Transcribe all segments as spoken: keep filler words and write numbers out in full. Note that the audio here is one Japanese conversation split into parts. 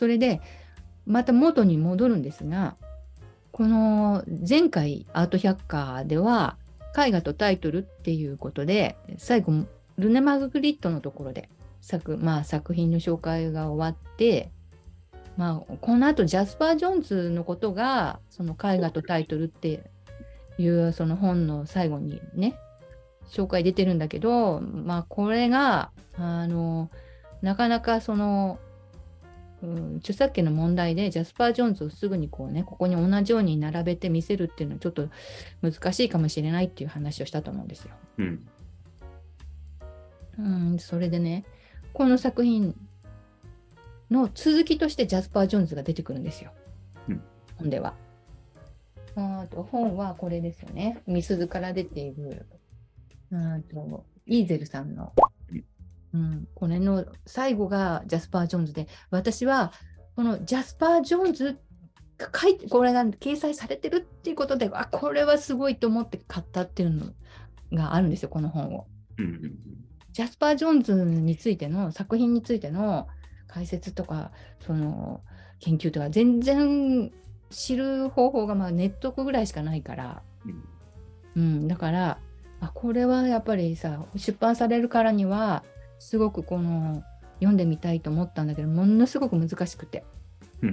それでまた元に戻るんですが、この前回アート百科では絵画とタイトルっていうことで最後ルネ・マグリットのところで 作,、まあ、作品の紹介が終わって、まあ、この後ジャスパー・ジョーンズのことがその絵画とタイトルっていうその本の最後にね紹介出てるんだけど、まあ、これがあのなかなかその、うん、著作権の問題でジャスパー・ジョーンズをすぐにこうねここに同じように並べて見せるっていうのはちょっと難しいかもしれないっていう話をしたと思うんですよ。 うんうん、それでねこの作品の続きとしてジャスパー・ジョーンズが出てくるんですよ、 うん、 本では。あと本はこれですよね。みすゞから出ているあとイーゼルさんの、うん、これの最後がジャスパー・ジョーンズで、私はこのジャスパー・ジョーンズが書いてこれが掲載されてるっていうことで、あこれはすごいと思って買ったっていうのがあるんですよ、この本を。 うんうんうん、 ジャスパー・ジョーンズについての作品についての解説とかその研究とか全然知る方法がまあネットぐらいしかないから、うん、うん、だからあこれはやっぱりさ出版されるからにはすごくこの読んでみたいと思ったんだけど、ものすごく難しくて、うん、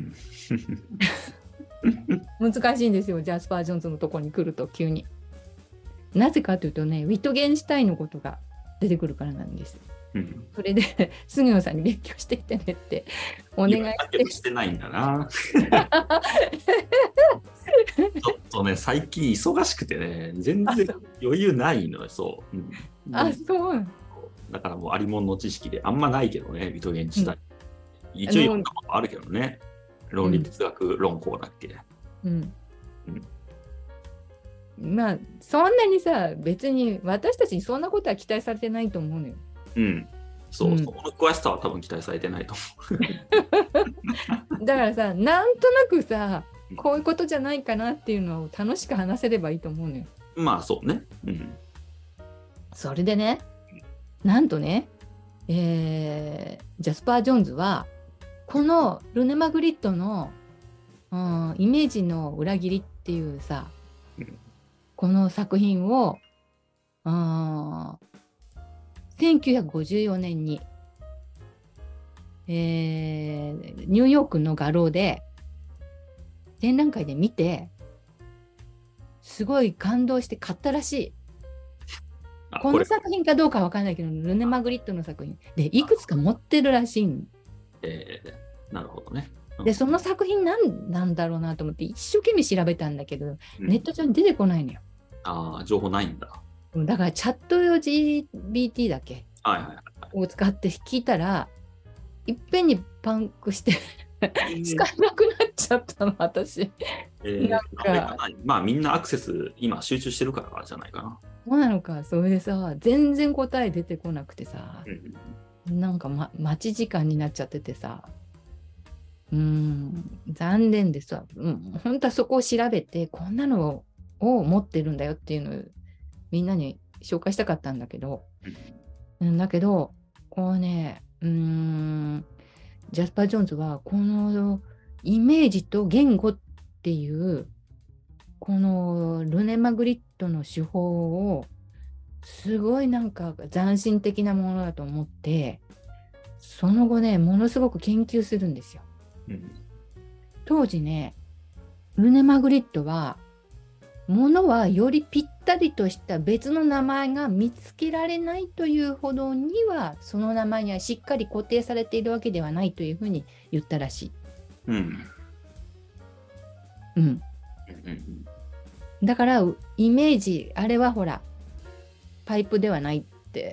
難しいんですよジャスパー・ジョーンズのところに来ると急に。なぜかというとねウィトゲンシュタインのことが出てくるからなんです。うん、それで杉野さんに勉強してきてねってお願いして。 してないんだな。ちょっとね最近忙しくてね全然余裕ないのよ。そう。うん、 あそうだからもうありもんの知識であんまないけどねウィトゲンシュタイン、うん、一応読んだことあるけどね、論理哲学論考だっけ。うん、 うん、まあそんなにさ別に私たちにそんなことは期待されてないと思うのよ。 うんそう、うん、そこの詳しさは多分期待されてないと思う。だからさなんとなくさこういうことじゃないかなっていうのを楽しく話せればいいと思うのよ。 まあそうね。うん、それでねなんとね、えー、ジャスパー・ジョーンズはこのルネ・マグリットの、うん、イメージの裏切りっていうさ、うん、この作品を、うん、せんきゅうひゃくごじゅうよねんに、えー、ニューヨークの画廊で展覧会で見てすごい感動して買ったらしい。この作品かどうかわからないけどルネ・マグリットの作品でいくつか持ってるらしいん。 えー、なるほどね。 うん、でその作品なんなんだろうなと思って一生懸命調べたんだけど、うん、ネット上に出てこないのよ。 ああ情報ないんだ。 だからチャット ジービーティー だっけ、 はいはいはい、 を使って聞いたらいっぺんにパンクして使えなくなっちゃったの私。 えー、なんかまあみんなアクセス今集中してるからじゃないかな。 そうなのか。それでさ全然答え出てこなくてさ、うん、なんか、ま、待ち時間になっちゃっててさ、うーん残念ですわ、うん、本当はそこを調べてこんなのを持ってるんだよっていうのをみんなに紹介したかったんだけど、うん、だけどこうねうーんジャスパー・ジョーンズはこのイメージと言語っていうこのルネ・マグリットの手法をすごいなんか斬新的なものだと思ってその後ねものすごく研究するんですよ。うん、当時ねルネ・マグリットはものはよりぴったりとした別の名前が見つけられないというほどにはその名前にはしっかり固定されているわけではないというふうに言ったらしい。うん。うん。だからイメージあれはほらパイプではないって。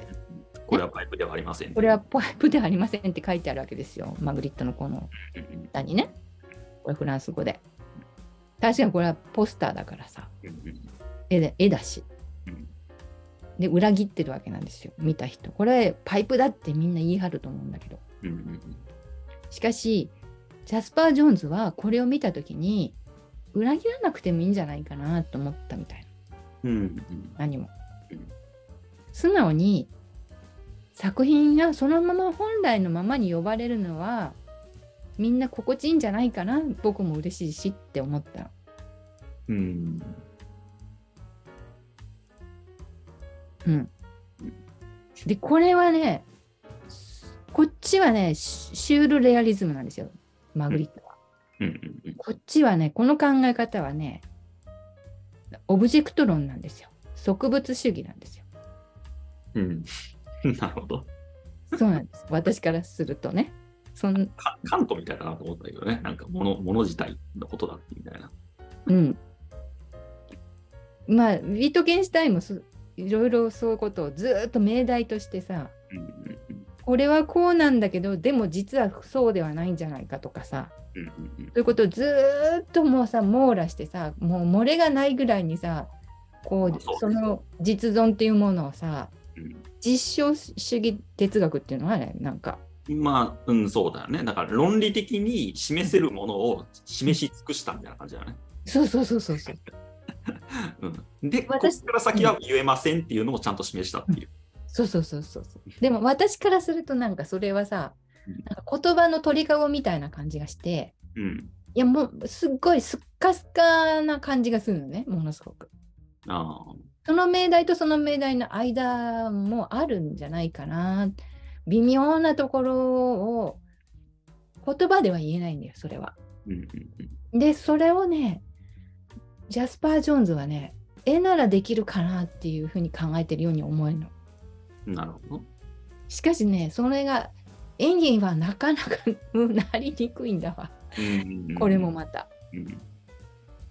これはパイプではありません、ね。 これはパイプではありませんって書いてあるわけですよ。マグリットのこの下にね。これフランス語で。確かにこれはポスターだからさ。絵で、絵だし。で、裏切ってるわけなんですよ。見た人。これパイプだってみんな言い張ると思うんだけど。しかし、ジャスパー・ジョーンズはこれを見たときに、裏切らなくてもいいんじゃないかなと思ったみたいな。うんうん、何も。素直に作品がそのまま本来のままに呼ばれるのはみんな心地いいんじゃないかな、僕も嬉しいしって思った。 うん。 うん。で、これはね、こっちはね、シュールレアリズムなんですよ、マグリットは。 うんうんうん、 こっちはね、この考え方はね、オブジェクト論なんですよ。植物主義なんですよ。 うん。なるほど。 そうなんです。私からするとね。そんカントみたいだなと思ったけどね。なんか物、物自体のことだってみたいな。 うん。まあ、ウィートゲンシュタインもいろいろそういうことをずっと命題としてさ、 うんうんうん、 これはこうなんだけど、でも実はそうではないんじゃないかとかさ、 うんうんうん、 そういうことをずっともうさ、網羅してさ、もう漏れがないぐらいにさ、こう、その実存っていうものをさ、うん、実証主義哲学っていうのはね、なんか。 まあ、うん、そうだよね。だから論理的に示せるものを示し尽くしたみたいな感じだね。 そうそうそうそうそう。 うん、で、こっから先は言えませんっていうのをちゃんと示したっていう。うん、 そうそうそうそう。でも私からするとなんかそれはさ、なんか言葉の鳥かごみたいな感じがして、うん、いやもうすっごいすっかすかな感じがするのね、ものすごく。あ、その命題とその命題の間もあるんじゃないかな。微妙なところを言葉では言えないんだよ、それは。うんうんうん、で、それをね、ジャスパー・ジョーンズはね、絵ならできるかなっていうふうに考えてるように思えるの。 なるほど。 しかしね、それが演技はなかなかなりにくいんだわ。うん、これもまた。うん、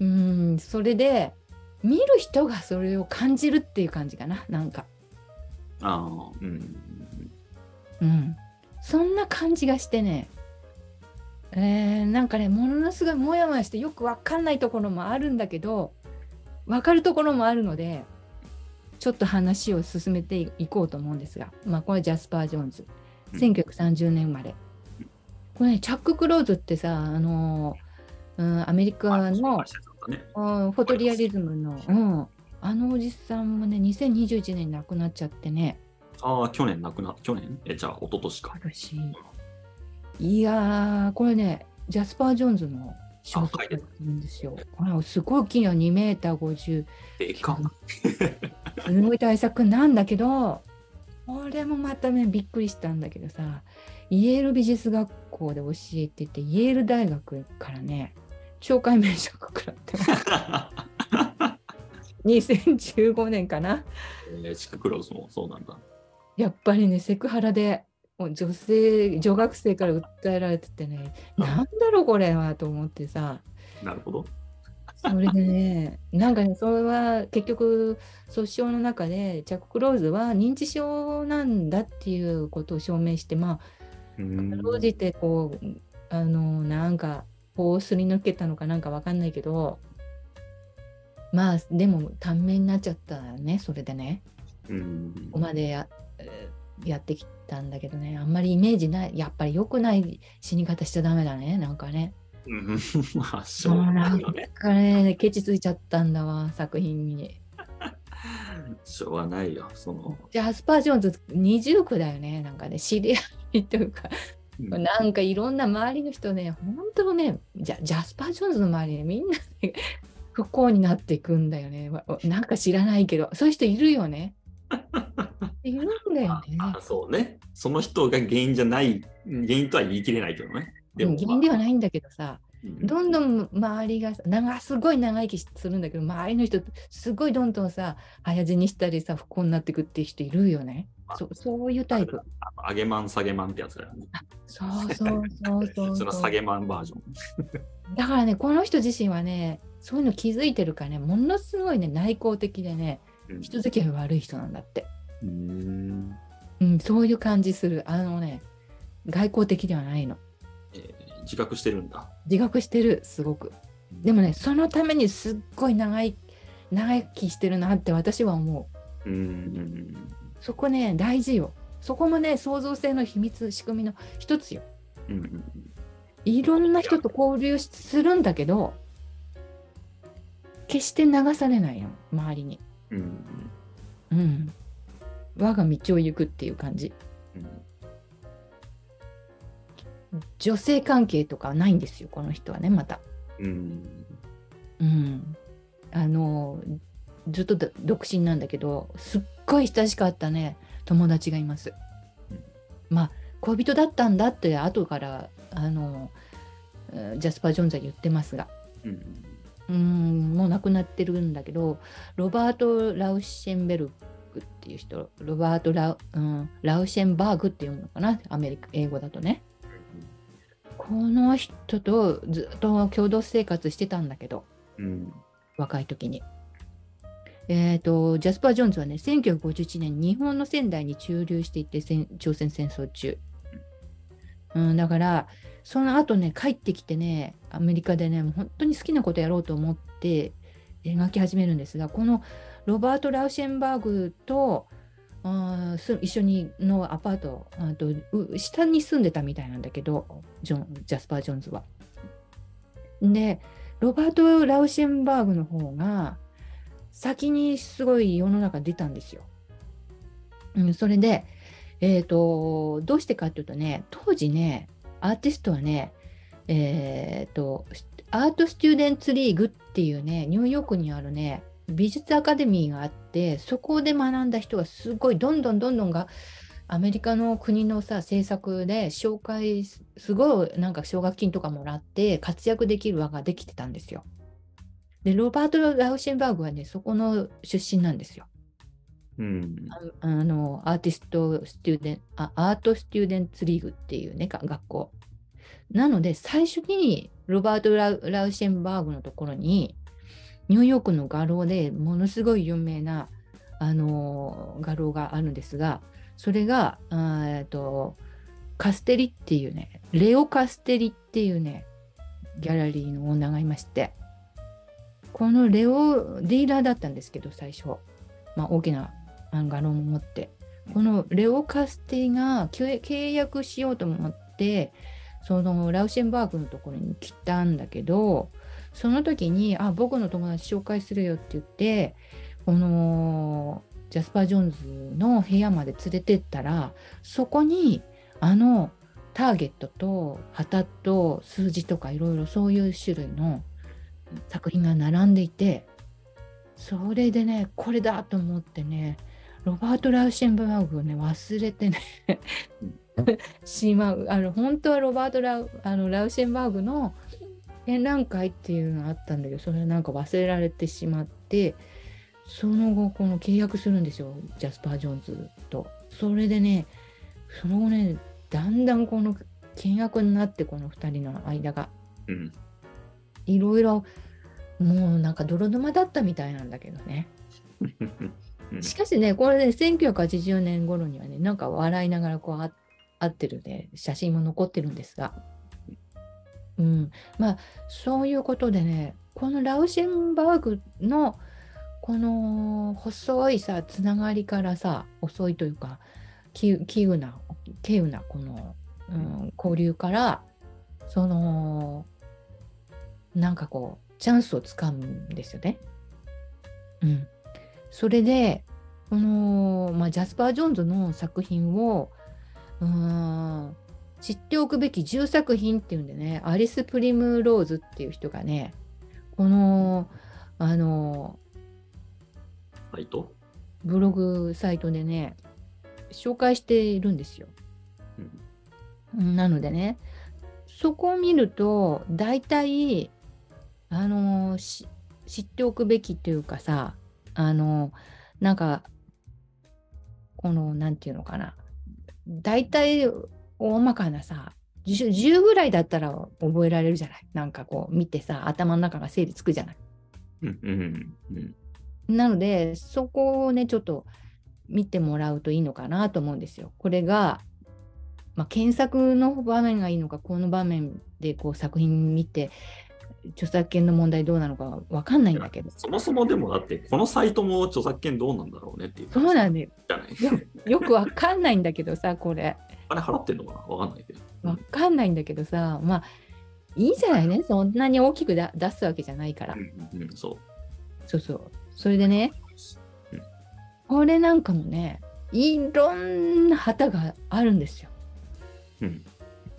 うん、それで見る人がそれを感じるっていう感じかな、なんか。ああ、うん。うん。そんな感じがしてね、えー、なんかね、ものすごいモヤモヤしてよくわかんないところもあるんだけど、わかるところもあるので、ちょっと話を進めていこうと思うんですが、まあ、これはジャスパー・ジョーンズ、せんきゅうひゃくさんじゅうねん生まれ。これね、チャック・クローズってさ、あのーうん、アメリカの、ね、フォトリアリズムの、うん、あのおじさんもね、にせんにじゅういちねんに亡くなっちゃってね。 ああ、去年亡くな、去年え、じゃあ、一昨年か。 いやー、これね、ジャスパー・ジョーンズの小説なんですよ。これすごい大きいの、にメーターごじゅう。 でかすごい大作なんだけど、これもまたね、びっくりしたんだけどさ、イェール美術学校で教えてて、イェール大学からね、懲戒免職食らってます。にせんじゅうごねんかな。 えー、チック・クローズもそうなんだ。 やっぱりね、セクハラで、もう女性、女学生から訴えられててね、なんだろうこれはと思ってさ。 なるほど。 それでね、なんかね、それは結局、訴訟の中で、チャック・クローズは認知症なんだっていうことを証明して、まあ、当じてこう、あの、なんか、こうすり抜けたのかなんかわかんないけど、まあ、でも短命になっちゃったね、それでね。うんここまでや、やってきたんだけどね、あんまりイメージない、やっぱり良くない死に方しちゃダメだね、なんかね。まあ、そうなんかね、ケチついちゃったんだわ、作品に。 しょうがないよ、その。 ジャスパー・ジョーンズにじゅうくだよね、なんかね、知り合いというか、うん、なんかいろんな周りの人ね、本当ね、ジャ、ジャスパー・ジョーンズの周りでみんな、ね、不幸になっていくんだよね。なんか知らないけど、そういう人いるよね。いるんだよね。 ああ、そうね。その人が原因じゃない、原因とは言い切れないけどね。 でも、原因ではないんだけどさ、うん、どんどん周りが長すごい長生きするんだけど、周りの人すごいどんどんさ早死にしたりさ不幸になっていくっていう人いるよね。そ, そういうタイプ。 上げマン下げマンってやつだよね。 そうそうそうそうその下げマンバージョン。 だからね、この人自身はね、そういうの気づいてるからね、ものすごいね内向的でね、うん、人付き合い悪い人なんだって。うーん、うん、そういう感じする。あのね、外交的ではないの。 えー、自覚してるんだ。 自覚してる、すごく。でもね、そのためにすっごい長い長生きしてるなって私は思う。うーん、そこね、大事よ。そこもね、創造性の秘密、仕組みの一つよ。うん、いろんな人と交流するんだけど、決して流されないの、周りに。うん、うん、我が道を行くっていう感じ。 女性関係とかないんですよ、この人はね、また。 うん。 うん。あの、ずっと独身なんだけど、すっごい親しかったね、友達がいます。まあ、恋人だったんだって後からあのジャスパー・ジョーンズは言ってますが、うん、うんもう亡くなってるんだけど、ロバート・ラウシェンベルグっていう人、ロバートラウ、うん、ラウシェンバーグっていうのかな、アメリカ英語だとね。この人とずっと共同生活してたんだけど、うん、若い時に。えーと、ジャスパー・ジョーンズはね、せんきゅうひゃくごじゅういちねん、日本の仙台に駐留していて、朝鮮戦争中。うん、だから、その後ね、帰ってきてね、アメリカでね、もう本当に好きなことやろうと思って描き始めるんですが、このロバート・ラウシェンバーグとあ一緒にのアパートあと、下に住んでたみたいなんだけど、ジョンジャスパー・ジョーンズは。で、ロバート・ラウシェンバーグの方が、先にすごい世の中出たんですよ。うん、それで、えーと、どうしてかっていうとね、当時ね、アーティストはね、えーと、アート・スチューデンツ・リーグっていうね、ニューヨークにあるね、美術アカデミーがあって、そこで学んだ人がすごい、どんどんどんどんが、アメリカの国のさ、政策で紹介、すごいなんか奨学金とかもらって活躍できる輪ができてたんですよ。で、ロバート・ラウシェンバーグはね、そこの出身なんですよ。うん、ああのアーティスト・スチューデンあアート・スチューデンツ・リーグっていうね、学校。なので、最初にロバート・ラウ、ラウシェンバーグのところに、ニューヨークの画廊でものすごい有名なあの画廊があるんですが、それが、えっと、カステリっていうね、レオ・カステリっていうね、ギャラリーのオーナーがいまして、このレオ、ディーラーだったんですけど、最初。まあ、大きな画廊も持って、このレオ・カステリが契約しようと思って、そのラウシェンバーグのところに来たんだけど、その時に、あ、僕の友達紹介するよって言って、このジャスパー・ジョーンズの部屋まで連れてったら、そこにあのターゲットと旗と数字とかいろいろそういう種類の作品が並んでいて、それでね、これだと思ってね、ロバート・ラウシェンバーグをね、忘れてねしまう。あの本当はロバートラウ・あのラウシェンバーグの展覧会っていうのがあったんだけど、それなんか忘れられてしまって、その後、この契約するんですよ、ジャスパー・ジョーンズと。それでね、その後ね、だんだんこの契約になって、このふたりの間が。いろいろ、もうなんか泥沼だったみたいなんだけどね。しかしね、これね、せんきゅうひゃくはちじゅうねん頃にはね、なんか笑いながらこうあ会ってるね、写真も残ってるんですが、うん、まあそういうことでね、このラウシェンバーグのこの細いさ、つながりからさ、細いというか、稀有な、稀有なこの、うん、交流から、その、なんかこう、チャンスをつかむんですよね。うん。それで、この、まあ、ジャスパー・ジョーンズの作品を、うーん、知っておくべきじゅうさく品っていうんでね、アリス・プリムローズっていう人がね、この、あの、 サイトブログサイトでね、紹介しているんですよ。うん、なのでね、そこを見ると、大体、あのし、知っておくべきっていうかさ、あの、なんか、この、なんていうのかな、大体、大まかなさ、じゅう、じゅうぐらいだったら覚えられるじゃない。なんかこう、見てさ、頭の中が整理つくじゃない。 うんうんうん、なので、そこをね、ちょっと見てもらうといいのかなと思うんですよ。これが、まあ、検索の場面がいいのか、この場面でこう作品見て、著作権の問題どうなのかわかんないんだけど。 そもそもでもだって、このサイトも著作権どうなんだろうねっていう。 そうなんだよ。よ, よくわかんないんだけどさ、これ。 お金払ってんのかなわかんないけど。 わかんないんだけどさ、まあ、いいじゃないね。そんなに大きくだ出すわけじゃないから。 うんうん、そう。 そうそう。それでね、うん、これなんかもね、いろんな旗があるんですよ。うん、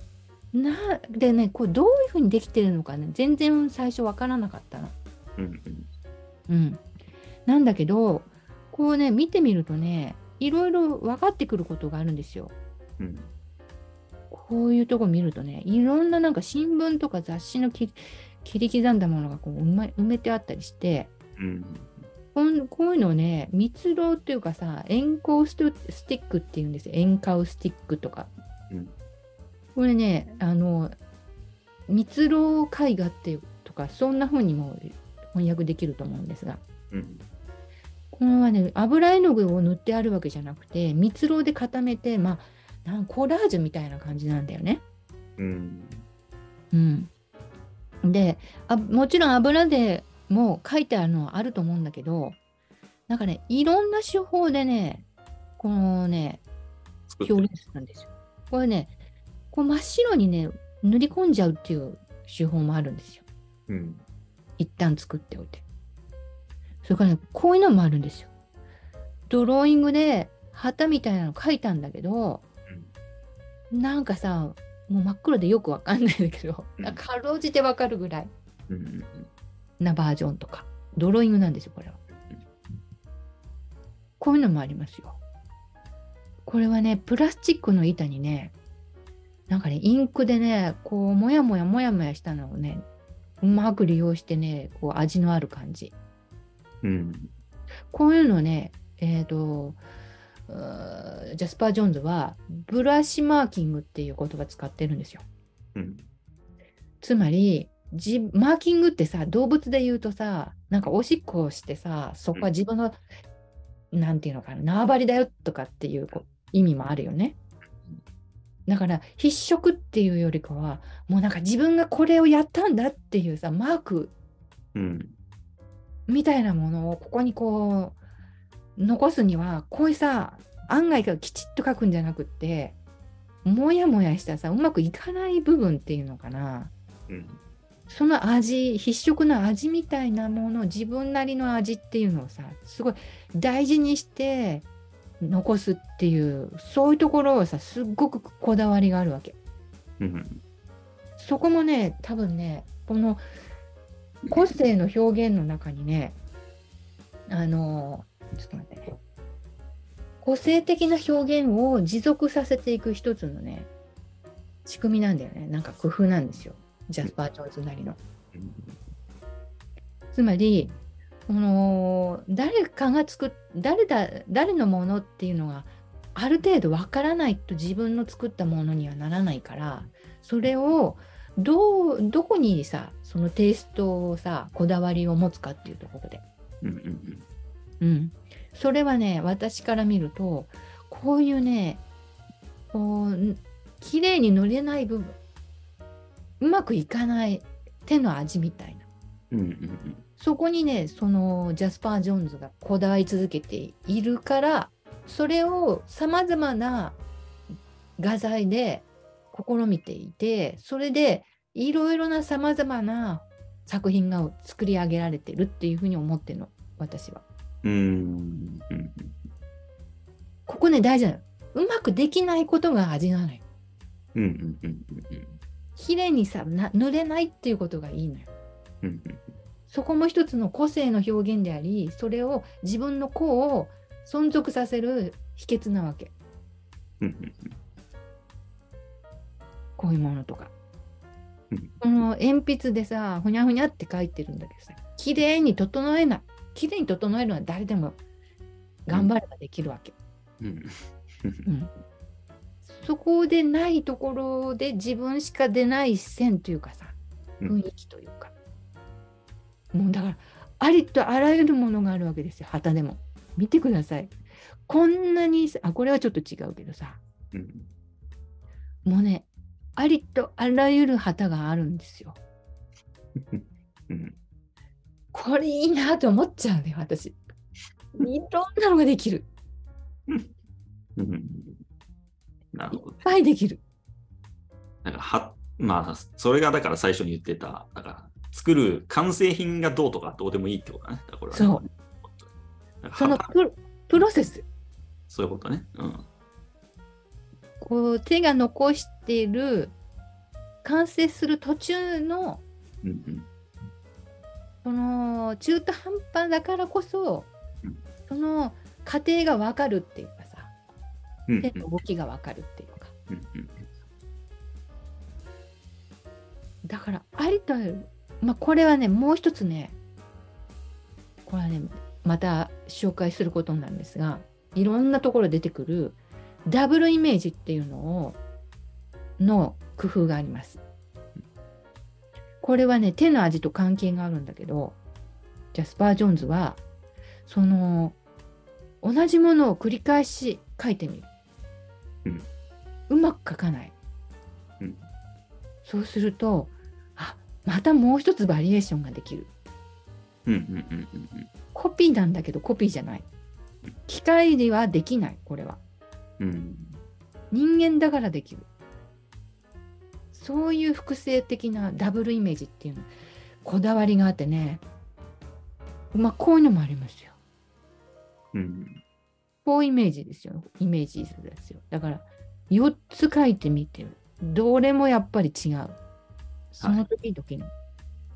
なでね、こうどういうふうにできてるのかね、全然最初わからなかったの。 うんうんうん。なんだけど、こうね、見てみるとね、いろいろ分かってくることがあるんですよ。 うんこういうとこ見るとね、いろんななんか新聞とか雑誌のき切り刻んだものがこう埋め、埋めてあったりして、 うんこんこういうのをね、蜜蝋っていうかさ、エンカウストスティックっていうんですよ。エンカウスティックとか。 うんこれね、あの、蜜蝋絵画っていうとか、そんな風にも翻訳できると思うんですが、 うんこれはね、油絵の具を塗ってあるわけじゃなくて、蜜蝋で固めて、まあ、なんコラージュみたいな感じなんだよね。 うんうん。で、あ、もちろん油でも書いてあるのはあると思うんだけど、なんかね、いろんな手法でね、このね、 作ってる。 表現するんですよ。これね、こう真っ白にね、塗り込んじゃうっていう手法もあるんですよ。 うん一旦作っておいて。それからね、こういうのもあるんですよ。ドローイングで旗みたいなの書いたんだけど、なんかさ、もう真っ黒でよくわかんないんだけど、 うんかろうじてわかるぐらいうんうんなバージョンとか、ドローイングなんですよ、これは。こういうのもありますよ。これはね、プラスチックの板にね、なんかね、インクでね、こう、もやもやもやもやしたのをね、うまく利用してね、こう、味のある感じ。 うんこういうのね、えっと、うージャスパー・ジョーンズは、ブラシマーキングっていう言葉使ってるんですよ。 うんつまり、じマーキングってさ、動物で言うとさ、なんかおしっこをしてさ、そこは自分の、なんていうのかな、縄張りだよとかっていうこう意味もあるよね。だから、筆色っていうよりかは、もうなんか自分がこれをやったんだっていうさ、マークうんみたいなものをここにこう、残すには、こういうさ、案外がきちっと書くんじゃなくって、もやもやしたさ、うまくいかない部分っていうのかな。 うんその味、筆色の味みたいなもの、自分なりの味っていうのをさ、すごい大事にして残すっていう、そういうところをさ、すっごくこだわりがあるわけ。 うんそこもね、多分ね、この個性の表現の中にね、あの、ちょっと待ってね、個性的な表現を持続させていく一つのね、仕組みなんだよね。なんか工夫なんですよ。ジャスパー・ジョーンズなりの。つまり、この誰かが作っ誰だ誰のものっていうのがある程度わからないと自分の作ったものにはならないから、それをどうどこにさそのテイストをさこだわりを持つかっていうところで、 うんうんうん、それはね私から見るとこういうねこう綺麗に塗れない部分うまくいかない手の味みたいな。 うんうんそこにね、そのジャスパー・ジョーンズがこだわり続けているから、それをさまざまな画材で試みていて、それでいろいろなさまざまな作品が作り上げられてるっていうふうに思ってるの、私は。 うんうんうんここね、大事なの。うまくできないことが味なのよ。 うんうんうん綺麗にさな塗れないっていうことがいいのよ。 うんそこも一つの個性の表現であり、それを自分の個を存続させる秘訣なわけ。 うんこういうものとかうん。 この鉛筆でさ、ふにゃふにゃって書いてるんだけどさ、綺麗に整えない。綺麗に整えるのは誰でも頑張ればできるわけ。 うんうん、そこでないところで自分しか出ない線というかさ、雰囲気というか。もうだから、ありとあらゆるものがあるわけですよ、旗でも。見てください。こんなに、あ、これはちょっと違うけどさ、 うんもうね、ありとあらゆる旗があるんですよ。 うんこれいいなと思っちゃうね、私。いろんなのができる。 うんなるほどね。 いっぱいできる。 なんかは、まあ、それがだから最初に言ってた、だから作る完成品がどうとかどうでもいいってことだね。だからこれはねそう。 なんかそのはププロセス。 そういうことね。うん。 こう手が残している完成する途中の、 うんうん、 この中途半端だからこそ、うん、その過程が分かるっていうかさ、うんうん、手の動きが分かるっていうか、うんうん、だからありとある、まあ、これはねもう一つね、これはねまた紹介することなんですが、いろんなところ出てくるダブルイメージっていうのをの工夫があります。これはね手の味と関係があるんだけど、ジャスパー・ジョーンズはその同じものを繰り返し書いてみる、うん、うまく書かない、うん、そうするとあまたもう一つバリエーションができる、うんうんうんうん、コピーなんだけどコピーじゃない、機械ではできない、これは、うん、人間だからできる、そういう複製的なダブルイメージっていうのこだわりがあってね、まあこういうのもありますよ、うん、こうイメージですよ、イメージですよ。だからよっつ書いてみてる、どれもやっぱり違う、その時々の、はい、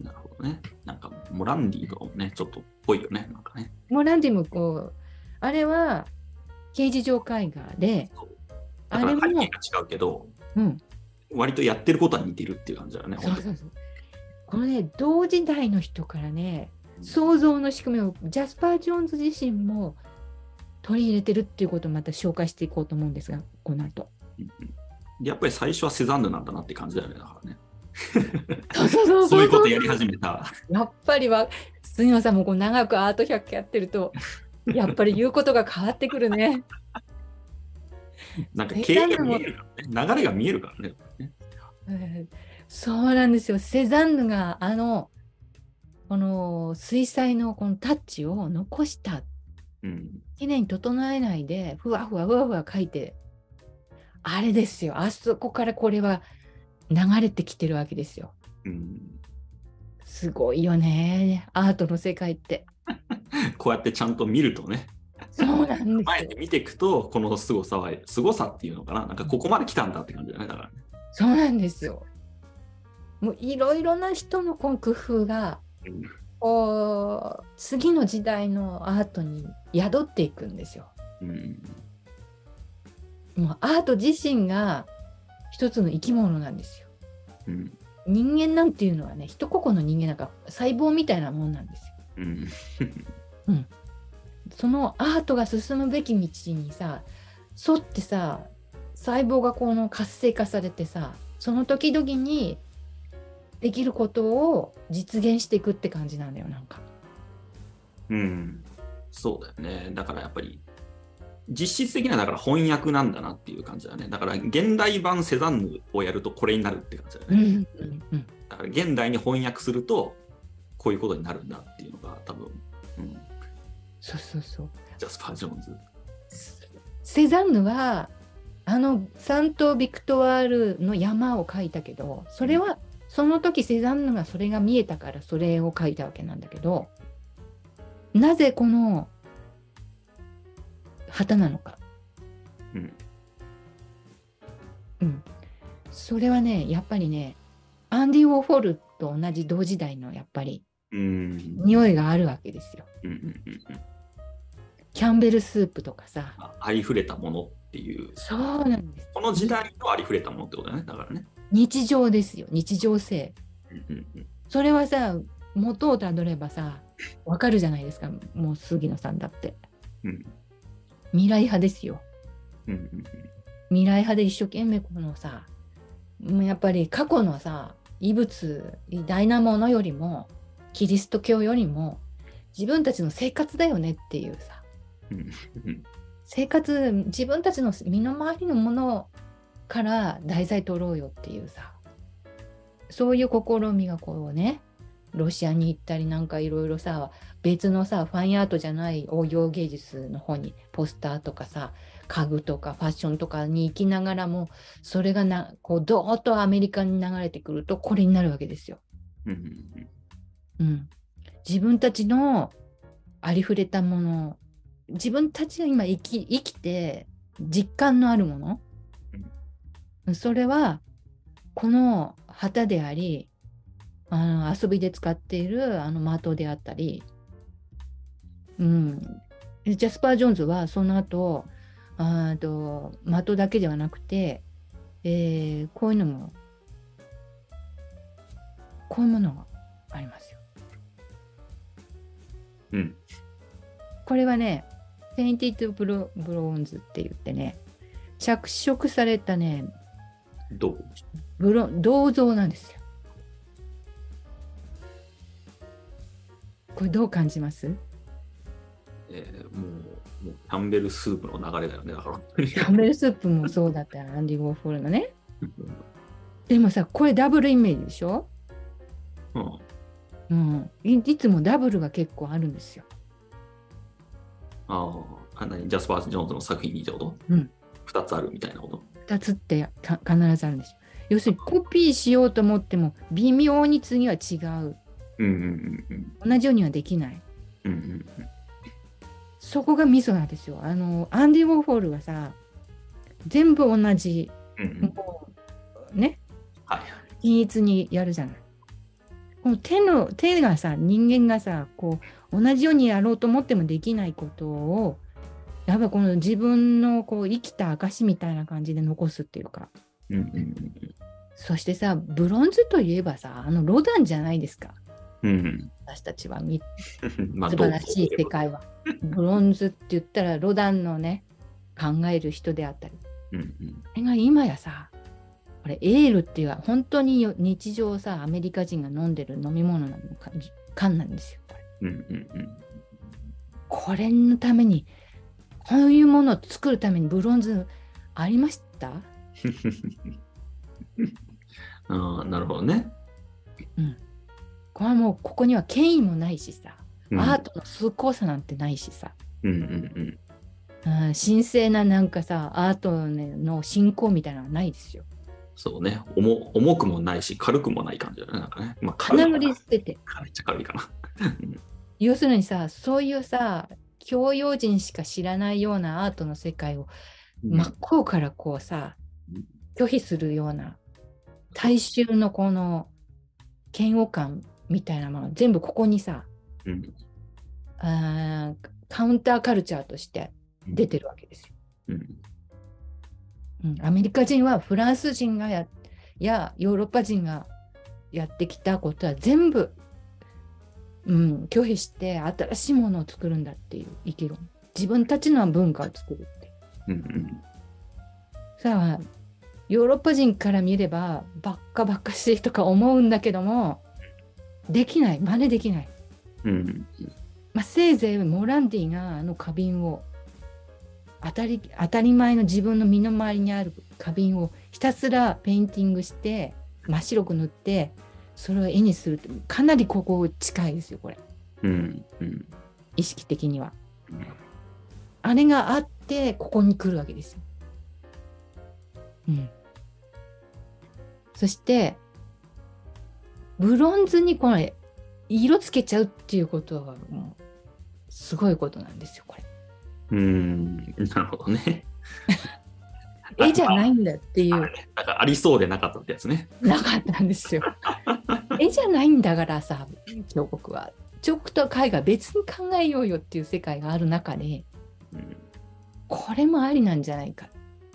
なるほどね。なんかモランディとかもねちょっとっぽいよね、なんかね。 モランディもこうあれは刑事上絵画で、 だから背景が違うけど、うん、割とやってることは似てるっていう感じだよね。 そうそうそう、このね同時代の人からね想像の仕組みをジャスパー・ジョーンズ自身も取り入れてるっていうことをまた紹介していこうと思うんですが、この後、うん、 やっぱり最初はセザンヌなんだなって感じだよね、だからね。 そうそうそうそういうことやり始めた。 やっぱりは杉野さんもこう長くアート百科やってるとやっぱり言うことが変わってくるね。 なんか経緯が見えるからね、流れが見えるからね。 えー、そうなんですよ。セザンヌがあのこの水彩のこのタッチを残した、うん、きれいに整えないでふわふわふわふわ描いて、あれですよ、あそこからこれは流れてきてるわけですよ、うん、すごいよねアートの世界ってこうやってちゃんと見るとね、 そうなんですよ、 前で見ていくとこの凄さは凄さっていうのかな、なんかここまで来たんだって感じだね、だからね。 そうなんですよ、もういろいろな人のこの工夫が、うん、こう次の時代のアートに宿っていくんですよ、うん、もうアート自身が一つの生き物なんですよ、うん、人間なんていうのはね、一個々の人間なんか細胞みたいなもんなんですよ、うんうん、そのアートが進むべき道にさ沿ってさ、細胞がこの活性化されてさ、その時々にできることを実現していくって感じなんだよ、なんか。 うん、そうだよね。だからやっぱり実質的にはだから翻訳なんだなっていう感じだね。だから現代版セザンヌをやるとこれになるって感じだよね。うんうんうん、だから現代に翻訳するとこういうことになるんだっていうのが多分、うん、 そうそうそう。 ジャスパー・ジョーンズ。 セザンヌはあのサント・ビクトワールの山を描いたけど、それはその時セザンヌがそれが見えたからそれを描いたわけなんだけど、なぜこの旗なのか、うんうん、それはねやっぱりねアンディ・ウォーホルと同じ同時代のやっぱり匂いがあるわけですよ、うんうんうんうん、キャンベルスープとかさ、 ありふれたものっていう、 そうなんです、 この時代のありふれたものってことだね、だからね、 日常ですよ、日常性、うんうんうん、それはさ元をたどればさわかるじゃないですか、もう杉野さんだって、うん、未来派ですよ、うんうんうん、未来派で一生懸命このさ、やっぱり過去のさ遺物偉大なものよりもキリスト教よりも自分たちの生活だよねっていうさ、うんうん、生活、自分たちの身の回りのものから題材取ろうよっていうさ、そういう試みがこうね、ロシアに行ったりなんかいろいろさ、別のさファインアートじゃない応用芸術の方にポスターとかさ家具とかファッションとかに行きながらも、それがなこうどーっとアメリカに流れてくるとこれになるわけですよ、うんうん、自分たちのありふれたもの、自分たちが今生き、生きて実感のあるもの、うん、それはこの旗であり、あの遊びで使っているあの的であったり、うん、ジャスパー・ジョーンズはその後あと的だけではなくて、えー、こういうのもこういうものがありますよ。 うん、 これはね、ペインティッドブロブロンズって言ってね、着色されたね、 どうブロ銅像なんですよ。これどう感じます？ えー、もう、もうキャンベルスープの流れだよね、だから。 キャンベルスープもそうだったよ、アンディ・ウォーホルのね。でもさ、これダブルイメージでしょ？うん、い, いつもダブルが結構あるんですよ。 ああ、何ジャスパー・ジョーンズの作品にってこと？うん。ふたつあるみたいなこと？ ふたつってか必ずあるんですよ。要するにコピーしようと思っても微妙に次は違う。 うんうんうんうん、 同じようにはできない。 うんうんうん、 そこがミソなんですよ。あのアンディ・ウォーホルはさ、全部同じ、うんうん、もうね、 はい、 均一にやるじゃない。この手の手がさ、人間がさ、こう同じようにやろうと思ってもできないことを、やっぱこの自分のこう生きた証みたいな感じで残すっていうか。 うんうんうん、 そしてさ、ブロンズといえばさ、あのロダンじゃないですか。 うん、 私たちはみ素晴らしい世界は。ブロンズって言ったらロダンのね、考える人であったり。 うんうん、 それが今やさ、これエールっていう本当に日常さ、アメリカ人が飲んでる飲み物なのか缶なんですよ。これ、うんうんうん、これのために、こういうものを作るためにブロンズありましたあ、なるほどね。 うん。これはもうここには権威もないしさ、うん、アートの崇高さなんてないしさ、うんうんうん、神聖ななんかさ、アートの信仰みたいなのはないですよ。 そうね、重、重くもないし、軽くもない感じだよね。なんかね。まあ、 金繰り捨てて。 めっちゃ軽いかな。 要するにさ、そういうさ、教養人しか知らないようなアートの世界を、うん、真っ向からこうさ、拒否するような、大衆のこの嫌悪感みたいなもの、全部ここにさ、うん、あカウンターカルチャーとして出てるわけですよ。うんうん、アメリカ人はフランス人が や, やヨーロッパ人がやってきたことは全部、うん、拒否して新しいものを作るんだっていう意見論。自分たちの文化を作るって、うんうん、さあヨーロッパ人から見ればばっかばっかしいとか思うんだけども、できない、真似できない、うんうんまあ、せいぜいモランディがあの花瓶を当たり、当たり前の自分の身の回りにある花瓶をひたすらペインティングして真っ白く塗ってそれを絵にするって、かなりここ近いですよこれ、うんうん、意識的には、うん、あれがあってここに来るわけですよ、うん、そしてブロンズにこれ色つけちゃうっていうことはもうすごいことなんですよこれ。 うーん、なるほどね。 絵じゃないんだっていう。 なんかありそうでなかったってやつね。 なかったんですよ。絵じゃないんだからさ、彫刻は。彫刻と絵画別に考えようよっていう世界がある中で、うん、これもありなんじゃないか。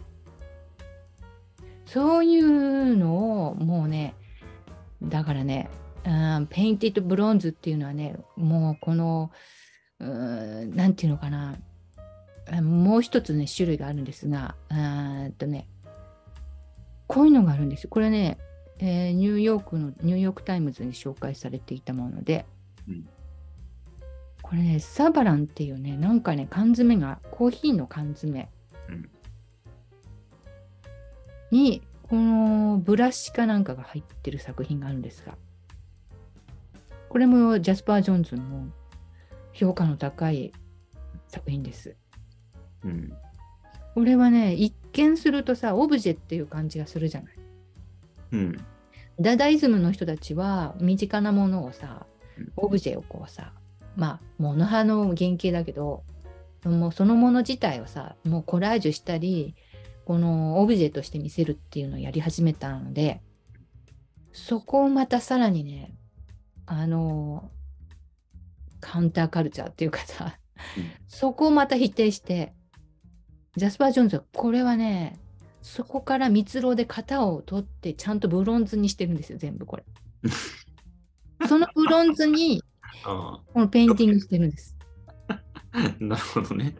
そういうのをもうね、だからね、うん、ペインティッドブロンズっていうのはね、もうこの、うん、なんていうのかな、もう一つね種類があるんですが、あとね、こういうのがあるんですよ。これね、えー、ニューヨークのニューヨークタイムズに紹介されていたもので、うん、これね、サバランっていうね、なんかね、缶詰が、コーヒーの缶詰に、このブラシかなんかが入ってる作品があるんですが、これもジャスパー・ジョーンズの評価の高い作品です。うん、これはね、一見するとさ、オブジェっていう感じがするじゃない。うん、ダダイズムの人たちは身近なものをさ、オブジェをこうさ、まあモノ派の原型だけど、もうそのもの自体をさ、もうコラージュしたり、このオブジェとして見せるっていうのをやり始めたので、 そこをまたさらにね、あの、カウンターカルチャーっていうかさ、 うん、 そこをまた否定して、ジャスパー・ジョーンズはこれはね、そこから蜜蝋で型を取ってちゃんとブロンズにしてるんですよ、全部これ。そのブロンズにあこのペインティングしてるんです。 あ、なるほどね。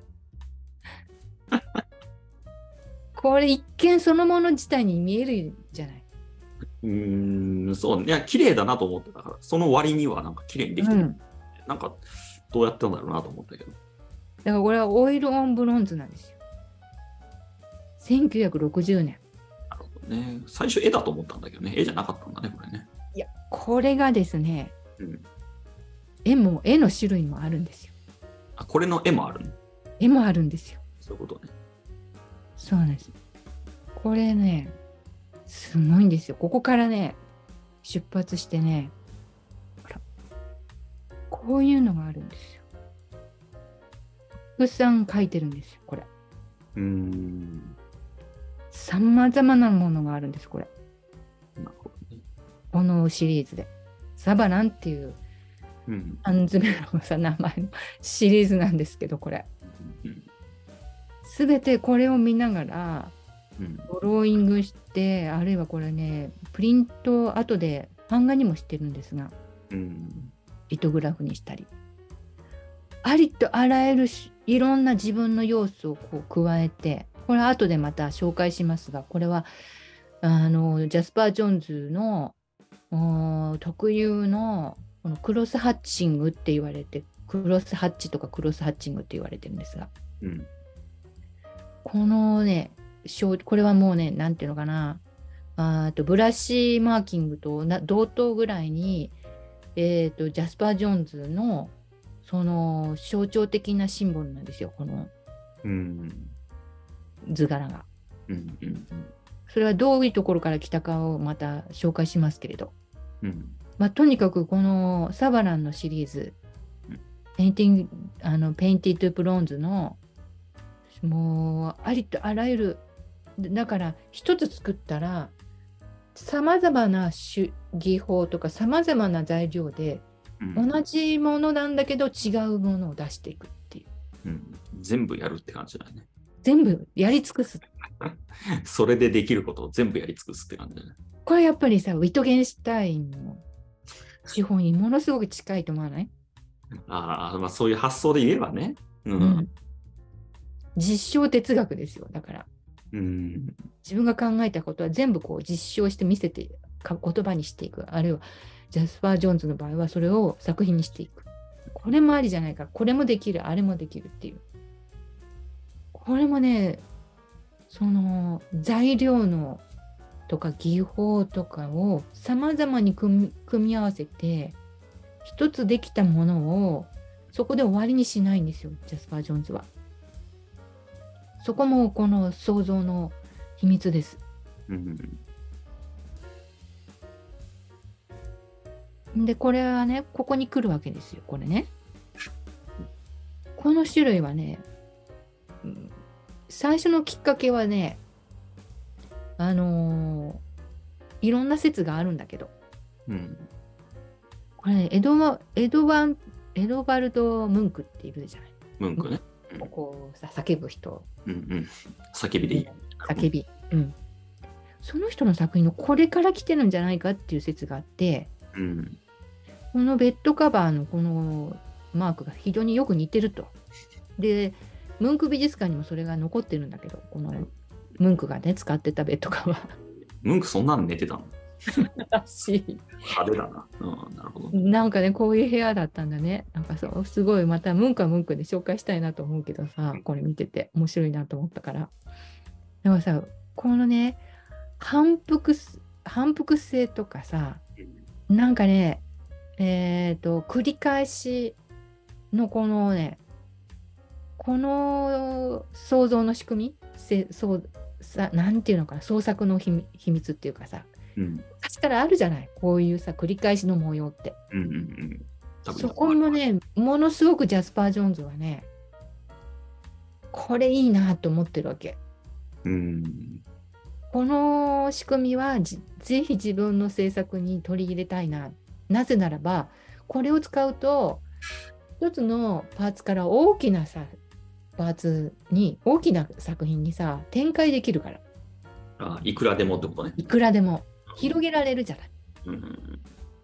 これ一見そのもの自体に見えるじゃない。 うーん、そうね。いや、綺麗だなと思ってたから、その割にはなんか綺麗にできてる。うん、なんか、どうやったんだろうなと思ったけど。 だからこれはオイルオンブロンズなんですよ。せんきゅうひゃくろくじゅうねん。 なるほどね。最初絵だと思ったんだけどね。絵じゃなかったんだね、これね。 いや、これがですね、 うん、 絵も、絵の種類もあるんですよ。 あ、これの絵もあるの？ 絵もあるんですよ。 そういうことね。 そうなんです。これね、すごいんですよ。ここからね、出発してね、ほら、こういうのがあるんですよ。たくさん書いてるんですよ、これ。 うーん。 さまざまなものがあるんです、これ。 なるほどね。 このシリーズで。サバランっていう、 うん、 缶詰のさ、名前のシリーズなんですけど、これ。すべてこれを見ながら、ドローイングして、あるいはこれね、プリント後で版画にもしてるんですが、 うん、 リトグラフにしたり。ありとあらゆるいろんな自分の要素をこう加えて、これは後でまた紹介しますが、これはあのジャスパー・ジョーンズの特有のこのクロスハッチングって言われて、クロスハッチとかクロスハッチングって言われてるんですが、 うん、 このね、これはもうね、なんていうのかな、あとブラシマーキングと同等ぐらいに、えーと、ジャスパー・ジョーンズのその象徴的なシンボルなんですよ、この図柄が。 うんうんうん、 それはどういうところから来たかをまた紹介しますけれど、 うんまあ、とにかくこのサバランのシリーズ、うん、ペインティング、あのペインティッドブロンズのもうありとあらゆる、だから一つ作ったらさまざまな技法とかさまざまな材料で同じものなんだけど違うものを出していくっていう、 うん、全部やるって感じだよね。 全部やり尽くすそれでできることを全部やり尽くすって感じだね。 これやっぱりさ、ウィトゲンシュタインの手法にものすごく近いと思わない？ ああ、まあそういう発想で言えばね。うん。うん、 実証哲学ですよ、だから。 うん、 自分が考えたことは全部こう実証して見せて言葉にしていく。あるいはジャスパー・ジョーンズの場合はそれを作品にしていく。これもありじゃないか。これもできる。あれもできるっていう。これもね、その材料のとか技法とかをさまざまに組み、組み合わせて一つできたものをそこで終わりにしないんですよ、ジャスパー・ジョーンズは。そこもこの創造の秘密です。うん、でこれはね、ここに来るわけですよ、これね。この種類はね、うん、最初のきっかけはね、あのー、いろんな説があるんだけど、うん、これね、エドワ、エドワン、エドバルド・ムンクっているじゃない。 ムンクね。 うん、こうさ叫ぶ人。 うんうん。叫びでいい。 叫び。うん。その人の作品のこれから来てるんじゃないかっていう説があって、うん、このベッドカバーのこのマークが非常によく似てると。で、ムンク美術館にもそれが残ってるんだけど、このムンクがね、使ってたベッドカバー。 ムンクそんなの寝てたの？ らしい。 派手だな。うん、なるほど。 なんかね、こういう部屋だったんだね。なんかそう、すごい、またムンクはムンクで紹介したいなと思うけどさ、これ見てて面白いなと思ったから。でもさ、このね、反復、反復性とかさ、なんかね、えっと、繰り返しのこのね、この創造の仕組み、せそうさ、なんていうのかな、創作の秘密っていうかさ、うん、昔からあるじゃない、こういうさ、繰り返しの模様って。うんうんうん、そこもね、ものすごくジャスパー・ジョーンズはね、これいいなと思ってるわけ。うん、 この仕組みはぜひ自分の制作に取り入れたいな。なぜならば、これを使うと、一つのパーツから大きなさ、パーツに、大きな作品にさ、展開できるから。 あ、いくらでもってことね。 いくらでも広げられるじゃない。 うん、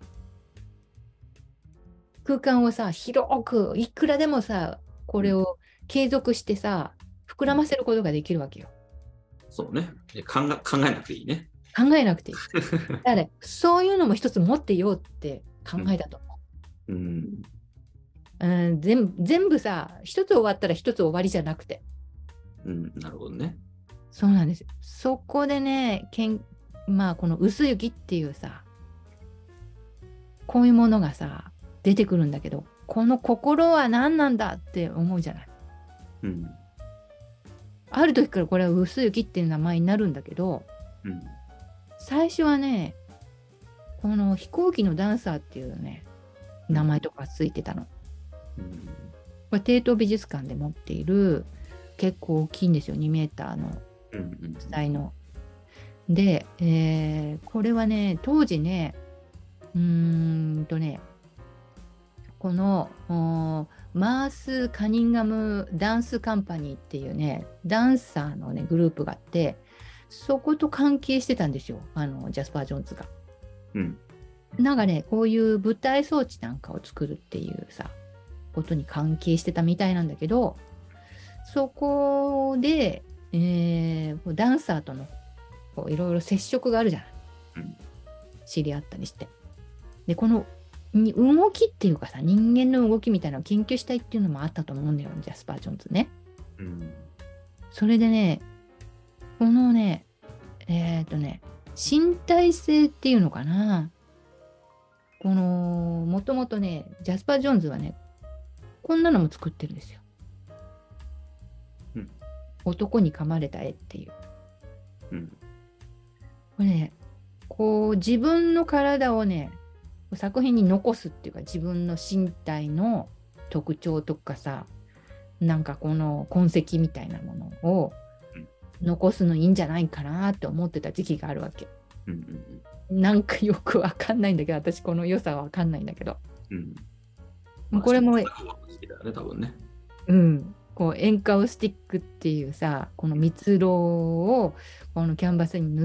空間をさ、広く、いくらでもさ、これを継続してさ、膨らませることができるわけよ。 そうね。考え、考えなくていいね。 考えなくていい。だからそういうのも一つ持ってようって考えたと思う。うんうん、全, 全部さ、一つ終わったら一つ終わりじゃなくて。 うん、なるほどね。 そうなんですよ。そこでね、けんまあこの薄雪っていうさ、こういうものがさ、出てくるんだけど、この心は何なんだって思うじゃない。うん、ある時からこれは薄雪っていう名前になるんだけど、うん、最初はね、この飛行機のダンサーっていうね、名前とかついてたの。うん、これ帝都美術館で持っている結構大きいんですよ、にメーターの大の。うんうん、で、えー、これはね、当時ね、うーんとね、このマース・カニンガム・ダンス・カンパニーっていうね、ダンサーのね、グループがあって、そこと関係してたんですよ、あのジャスパー・ジョーンズが。うん、なんかね、こういう舞台装置なんかを作るっていうさ、ことに関係してたみたいなんだけど、そこで、えー、ダンサーとのいろいろ接触があるじゃない、うん、知り合ったりして。で、この動きっていうかさ、人間の動きみたいなのを研究したいっていうのもあったと思うんだよ、ジャスパー・ジョーンズね。うん、それでね、このね、えっとね、身体性っていうのかな。この、もともとね、ジャスパー・ジョーンズはね、こんなのも作ってるんですよ。うん、男に噛まれた絵っていう。うん、これね、こう自分の体をね、作品に残すっていうか、自分の身体の特徴とかさ、なんかこの痕跡みたいなものを残すのいいんじゃないかなって思ってた時期があるわけ。うんうん、なんかよくわかんないんだけど、私この良さはわかんないんだけど。うんまあ、これも、ね、多分ね、うん、こうエンカウスティックっていうさ、この蜜蝋をこのキャンバスに塗って、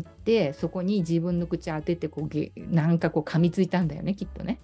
そこに自分の口当ててこうなんかこう噛みついたんだよね、きっとね。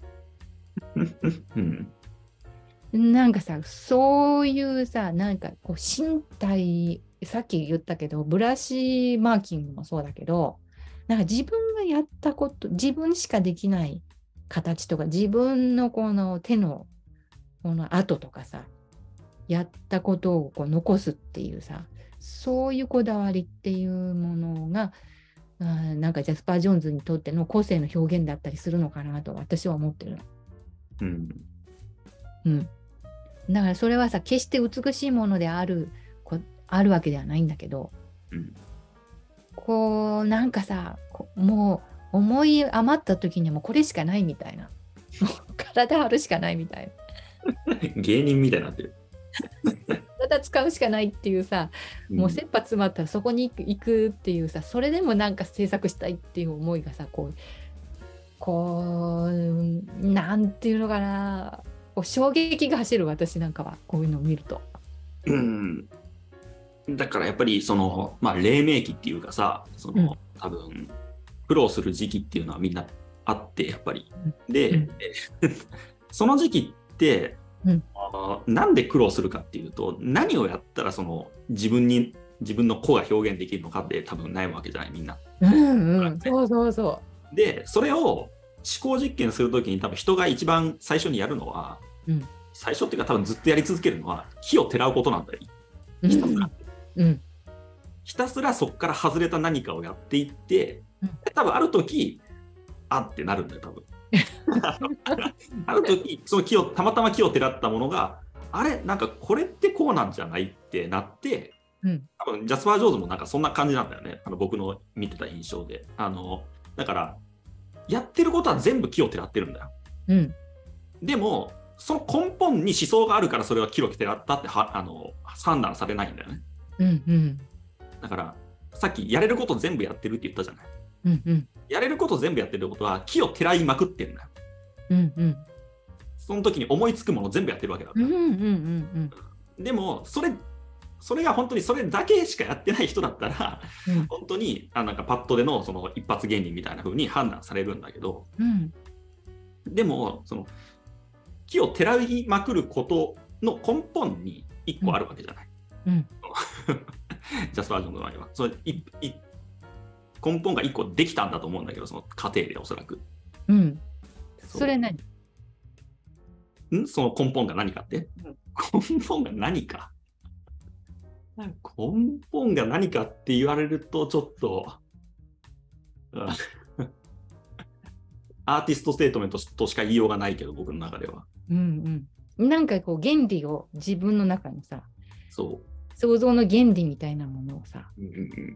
うん、なんかさ、そういうさ、なんかこう身体、さっき言ったけど、ブラシマーキングもそうだけど、なんか自分がやったこと、自分しかできない形とか、自分のこの手のこの跡とかさ、やったことをこう残すっていうさ、そういうこだわりっていうものが、あなんかジャスパー・ジョーンズにとっての個性の表現だったりするのかなと私は思ってるの。うん。うん。だからそれはさ、決して美しいものである、こあるわけではないんだけど、うん、こうなんかさ、もう思い余った時にはもうこれしかないみたいな。体張るしかないみたいな。 芸人みたいになってる。 体使うしかないっていうさ、もう切羽詰まったらそこに行くっていうさ、それでもなんか制作したいっていう思いがさ、こう、こう、なんていうのかな、こう衝撃が走る私なんかは、こういうのを見ると。 うん。だからやっぱりその、まあ、黎明期っていうかさ、その、うん、多分、苦労する時期っていうのはみんなあって、やっぱり。で、うん、その時期って、うん、あなんで苦労するかっていうと、何をやったらその自分に自分の個が表現できるのかって多分悩むわけじゃない、みんな。 うんうん、そうそうそう。 で、それを思考実験するときに多分人が一番最初にやるのは、うん、最初っていうか多分ずっとやり続けるのは火をてらうことなんだよ。ひたすら。うん、ひたすらそこから外れた何かをやっていって、うん、多分ある時あってなるんだよ、多分。ある時その木をたまたま木をてらったものがあれなんかこれってこうなんじゃないってなって、うん、多分ジャスパー・ジョーンズもなんかそんな感じなんだよね、あの僕の見てた印象で。あのだからやってることは全部木をてらってるんだよ、うん、でもその根本に思想があるからそれは木をてらったってはあの判断されないんだよね、うんうん、だからさっきやれること全部やってるって言ったじゃない。 うんうん。 やれること全部やってることは木をてらいまくってるんだよ。 うんうん。 その時に思いつくもの全部やってるわけだから。 うんうんうんうん、でもそれそれが本当にそれだけしかやってない人だったら、うん、本当にあなんかパッドでのその一発芸人みたいな風に判断されるんだけど、 うん、 でもその木をてらいまくることの根本にいっこあるわけじゃない。 うんうん、 ジャスパージョンの場合はそれいい根本がいっこできたんだと思うんだけど、その過程でおそらく。 うん、そ, それ何んその根本が何かって、うん、根本が何か根本が何かって言われるとちょっとアーティストステートメントとしか言いようがないけど、僕の中では。 うんうん、なんかこう原理を自分の中にさ、 そう想像の原理みたいなものをさ、うんうん、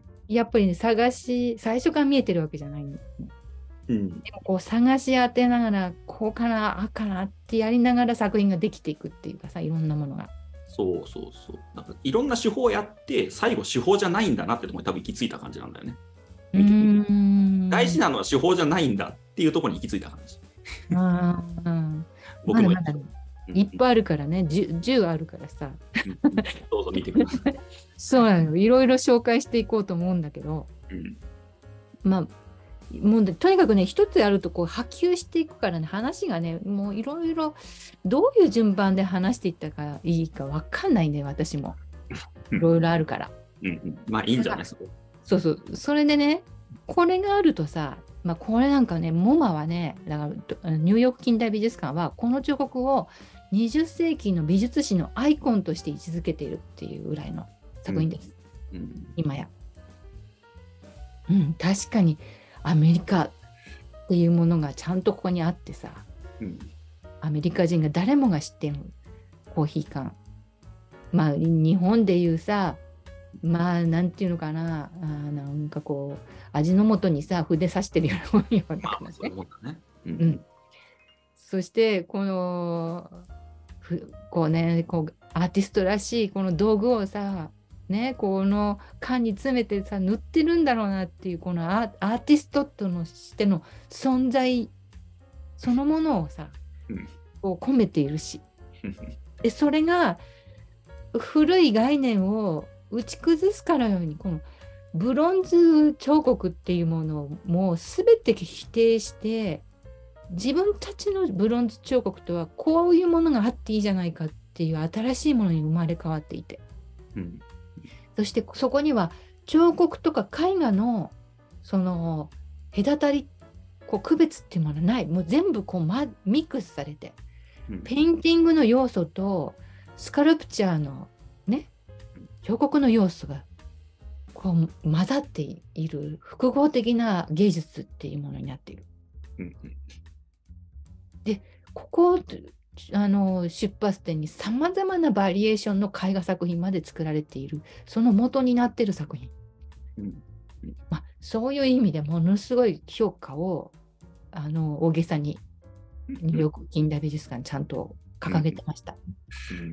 やっぱりね探し最初から見えてるわけじゃないんですね。うん、でもこう探し当てながらこうかなあかなってやりながら作品ができていくっていうかさ、いろんなものが。 そうそうそう。なんかいろんな手法をやって最後手法じゃないんだなってところに多分行き着いた感じなんだよね。 うーん大事なのは手法じゃないんだっていうところに行き着いた感じ。 あ僕もまだまだいっぱいあるからね、じゅう、じゅうあるからさ。 どうぞ見てください。 そうなの、いろいろ紹介していこうと思うんだけど、うん、まあもうとにかくね一つやるとこう波及していくからね、話がねもういろいろどういう順番で話していったかいいか分かんないね、私もいろいろあるから、 うんうん、まあいいんじゃないですか。 そうそう、それでねこれがあるとさ、まあ、これなんかねモマはねだからニューヨーク近代美術館はこの彫刻をにじゅっ世紀の美術史のアイコンとして位置づけているっていうぐらいの作品です、うんうん、今や、うん、確かにアメリカっていうものがちゃんとここにあってさ、うん、アメリカ人が誰もが知ってるコーヒー缶、まあ日本でいうさ、まあなんていうのかな、あなんかこう味の素にさ筆刺してるようなような感じね。うんうん、そしてこのこうねこうアーティストらしいこの道具をさね、この缶に詰めてさ塗ってるんだろうなっていうこのアー、アーティストとのしての存在そのものをさ、うん、こう込めているしでそれが古い概念を打ち崩すからようにこのブロンズ彫刻っていうものをもう全て否定して自分たちのブロンズ彫刻とはこういうものがあっていいじゃないかっていう新しいものに生まれ変わっていて、うんそしてそこには彫刻とか絵画のその隔たりこう区別っていうものはない、もう全部こう、ま、ミックスされて、うん、ペインティングの要素とスカルプチャーのね彫刻の要素がこう混ざっている複合的な芸術っていうものになっている、うん、でここあの出発点にさまざまなバリエーションの絵画作品まで作られている、その元になっている作品、うんまあ、そういう意味でものすごい評価をあの大げさにニューヨーク近代美術館ちゃんと掲げてました、うんうん、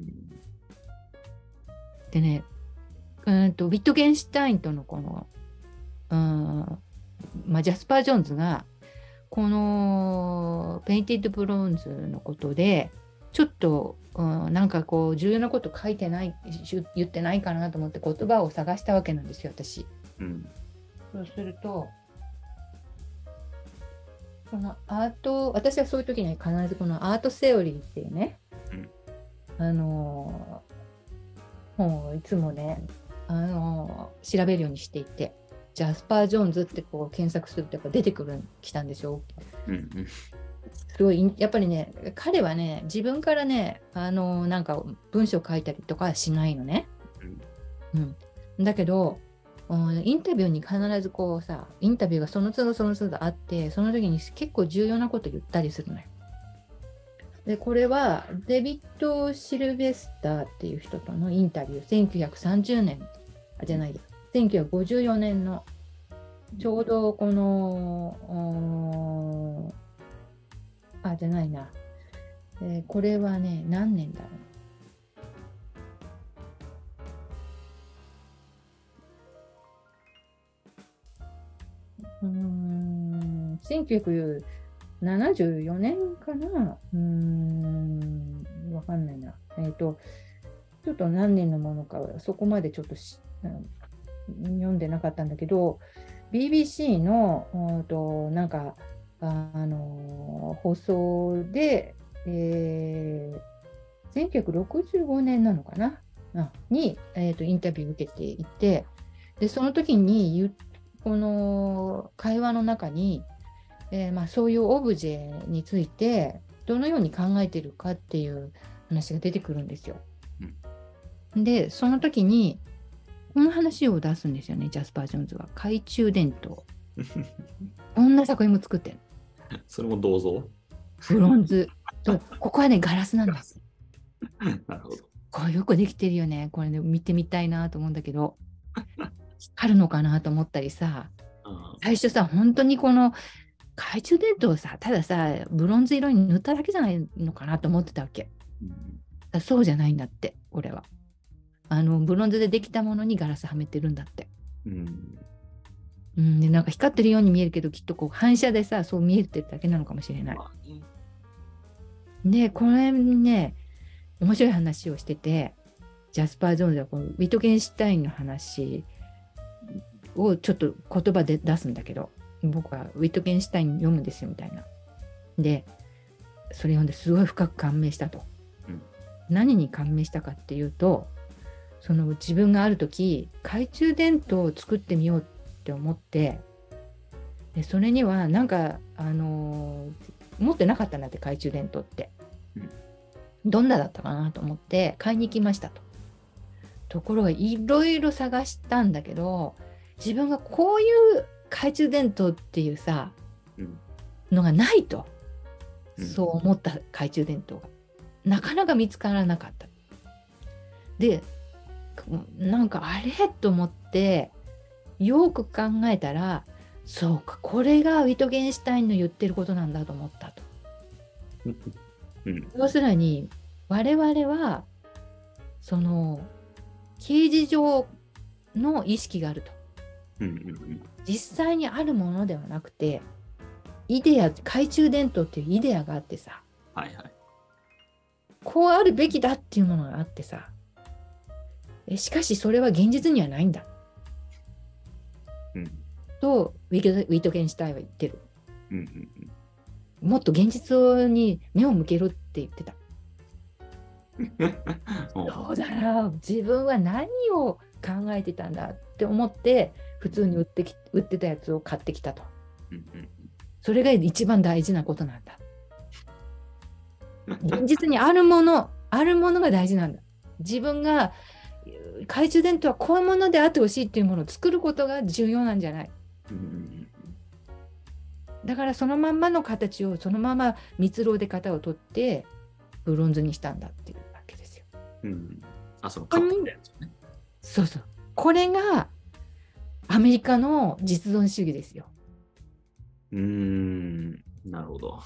でねうんとウィットゲンシュタインとのこの、うんまあ、ジャスパー・ジョーンズがこのペインティッドブロンズのことでちょっと、うん、なんかこう重要なこと書いてない言ってないかなと思って言葉を探したわけなんですよ私、うん、そうするとこのアート私はそういう時に必ずこのアートセオリーっていうね、うん、あの本をいつもねあの調べるようにしていて、ジャスパー・ジョーンズってこう検索するとやっぱ出てくるきたんですよ、うんうん、すごいやっぱりね彼はね自分からねあのなんか文章書いたりとかはしないのね、うんうん、だけど、うん、インタビューに必ずこうさインタビューがその都度その都度あってその時に結構重要なこと言ったりするのよ。でこれはデビッド・シルベスターっていう人とのインタビューせんきゅうひゃくさんじゅうねんあじゃないですせんきゅうひゃくごじゅうよねんのちょうどこのあじゃないな、えー、これはね何年だろせんきゅうひゃくななじゅうよねんかな、うーん、わかんないな。えっと、ちょっと何年のものか、そこまでちょっとし、うん、読んでなかったんだけど、ビービーシー の、うんと、なんか、あ、あの放送で、えー、せんきゅうひゃくろくじゅうごねんなのかな、あに、えーと、インタビューを受けていて、で、その時に言う、この会話の中に、えーまあ、そういうオブジェについてどのように考えているかっていう話が出てくるんですよ。うん、で、その時にこの話を出すんですよね、ジャスパー・ジョーンズは。懐中電灯。こんな作品も作ってる。 それも銅像？ ブロンズと、ここはね、ガラスなんです。 なるほど。 これよくできてるよね。これね、見てみたいなと思うんだけど、光るのかなと思ったりさ、最初さ、本当にこの懐中電灯をさ、たださ、ブロンズ色に塗っただけじゃないのかなと思ってたわけ。だそうじゃないんだって、これは。あの、ブロンズでできたものにガラスはめてるんだって。うん。うん、で、なんか光ってるように見えるけど、きっとこう反射でさ、そう見えてるだけなのかもしれない。で、これね、面白い話をしてて、ジャスパー・ジョーンズはこのウィトゲンシュタインの話をちょっと言葉で出すんだけど、僕はウィトゲンシュタイン読むんですよみたいな。で、それ読んですごい深く感銘したと。うん、何に感銘したかっていうと、その自分がある時、懐中電灯を作ってみようって思って、でそれにはなんか、あのー、持ってなかったんだって、懐中電灯って。うん、どんなだったかなと思って買いに行きましたと。ところがいろいろ探したんだけど、自分がこういう懐中電灯っていうさ、うん、のがないと、うん、そう思った懐中電灯がなかなか見つからなかった。で、なんかあれと思ってよく考えたら、そうか、これがウィトゲンシュタインの言ってることなんだと思ったと。うん、要するに我々はその形而上の意識があると。うんうんうん、実際にあるものではなくて、イデア、懐中電灯っていうイデアがあってさ、はいはい、こうあるべきだっていうものがあってさ、しかしそれは現実にはないんだ、うん、とウィトゲンシュタインは言ってる、うんうんうん、もっと現実に目を向けるって言ってた。そうだな、自分は何を考えてたんだって思って普通に売ってき、売ってたやつを買ってきたと、うんうん、それが一番大事なことなんだ。現実にあるもの、あるものが大事なんだ。自分が懐中電灯はこういうものであってほしいっていうものを作ることが重要なんじゃない。だからそのまんまの形をそのまま蜜蝋で型を取ってブロンズにしたんだっていうわけですよ。うん、あ、そのカップのやつね。そうそう。これがアメリカの実存主義ですよ。 うーん、なるほど。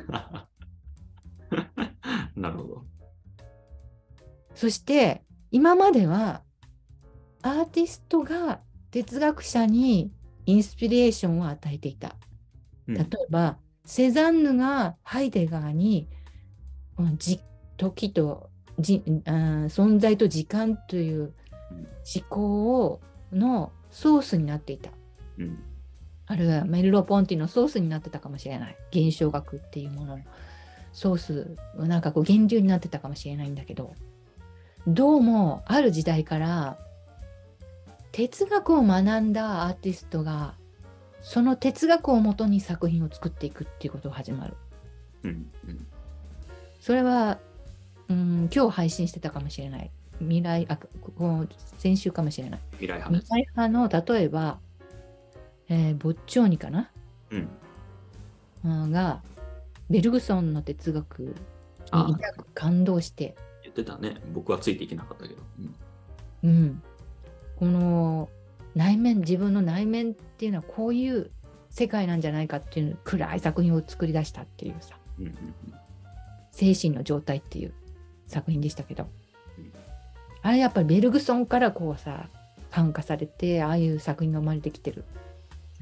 なるほど。 そして今まではアーティストが哲学者にインスピレーションを与えていた。例えば、うん、セザンヌがハイデガーにこのじ時とじあ存在と時間という思考をのソースになっていた。うん、あるいはメルロ・ポンティのソースになってたかもしれない。現象学っていうもののソース、なんかこう源流になってたかもしれないんだけど、どうもある時代から哲学を学んだアーティストがその哲学をもとに作品を作っていくっていうことが始まる。うんうん、それは、うん、今日配信してたかもしれない。未来、あ、こ先週かもしれない。 未来派、 未来派の例えば、えー、ボッチョーニかな、うん、がベルグソンの哲学に抱く感動して言ってたね。僕はついていけなかったけど、 うん、うん、この内面、自分の内面っていうのはこういう世界なんじゃないかっていう暗い作品を作り出したっていうさ、うんうんうん、精神の状態っていう作品でしたけど、うん、あれやっぱりベルグソンからこうさ感化されてああいう作品が生まれてきてる。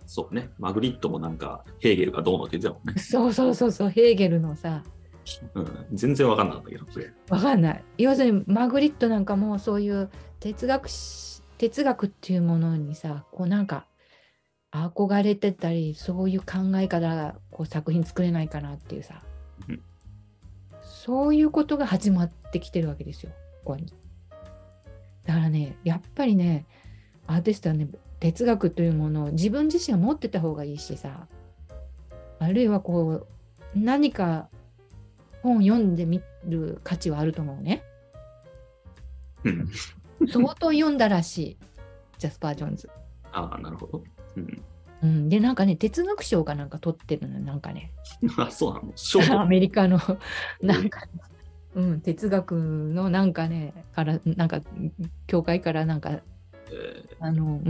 そうね。マグリットもなんか、ヘーゲルがどうのって言ってたもんね。 そうそうそうそう、ヘーゲルのさ、 うん、全然わかんなかったけど、それ。 わかんない。要するにマグリットなんかもそういう哲学し、哲学っていうものにさ、こうなんか憧れてたり、そういう考えからこう作品作れないかなっていうさ、 うん、 そういうことが始まってきてるわけですよ、ここに。だからね、やっぱりね、アーティストはね、哲学というものを自分自身は持ってた方がいいしさ、あるいはこう、何か本を読んでみる価値はあると思うね。 うん、 相当読んだらしい、ジャスパー・ジョーンズ。 ああ、なるほど。うんうん、で、なんかね、哲学賞かなんか取ってるの、なんかね。 あ、そうなの。ショーアメリカの、なんか、うん、哲学のなんかね、から、なんか、教会からなんか、 ト、えー、 あの、うん。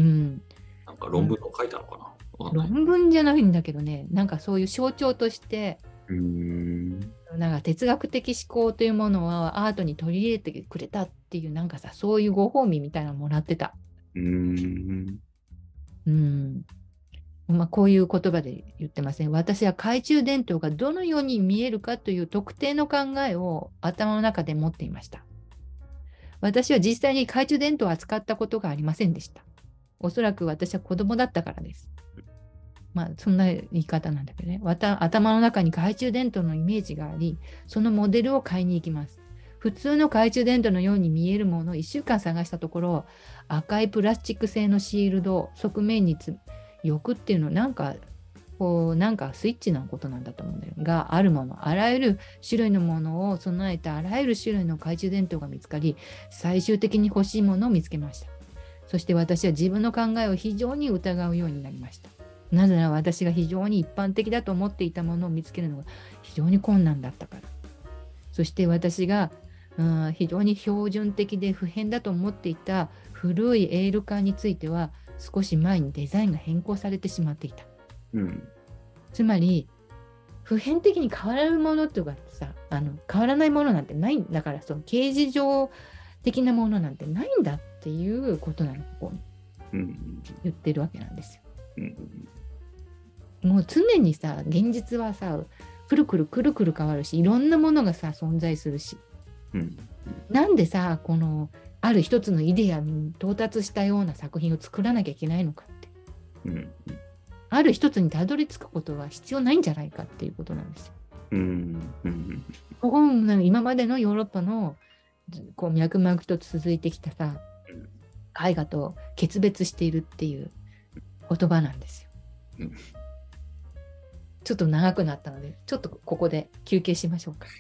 なんか論文を書いたのかな。わかんない。 論文じゃないんだけどね、なんかそういう象徴として、 うーん。 なんか哲学的思考というものはアートに取り入れてくれたっていう、なんかさ、そういうご褒美みたいなのもらってた。 うーん。 うん。まあ、こういう言葉で言ってますね。私は懐中電灯がどのように見えるかという特定の考えを頭の中で持っていました。私は実際に懐中電灯を扱ったことがありませんでした。おそらく私は子供だったからです。まあ、そんな言い方なんだけどね。わた頭の中に懐中電灯のイメージがあり、そのモデルを買いに行きます。普通の懐中電灯のように見えるものをいっしゅうかん探したところ、赤いプラスチック製のシールド、側面につ翼っていうのなんか、こう、なんかスイッチのことなんだと思うんだよ。があるもの、あらゆる種類のものを備えたあらゆる種類の懐中電灯が見つかり、最終的に欲しいものを見つけました。そして私は自分の考えを非常に疑うようになりました。なぜなら私が非常に一般的だと思っていたものを見つけるのが非常に困難だったから。そして私が、うん、非常に標準的で不変だと思っていた古いエール缶については少し前にデザインが変更されてしまっていた。 うん、 つまり普遍的に変わらるものとかさ、あの変わらないものなんてないんだから、その形而上的なものなんてないんだっていうことなの、ここに言ってるわけなんですよ。うんうん、もう常にさ、現実はさ、くるくるくるくる変わるし、いろんなものがさ、存在するし。うん、なんでさ、このある一つのイデアに到達したような作品を作らなきゃいけないのかって。うんうん、ある一つにたどり着くことは必要ないんじゃないかっていうことなんですよ。うんうん、ここ今までのヨーロッパのこう脈々と続いてきたさ、絵画と決別しているっていう言葉なんですよ。うん、ちょっと長くなったので、ちょっとここで休憩しましょうか。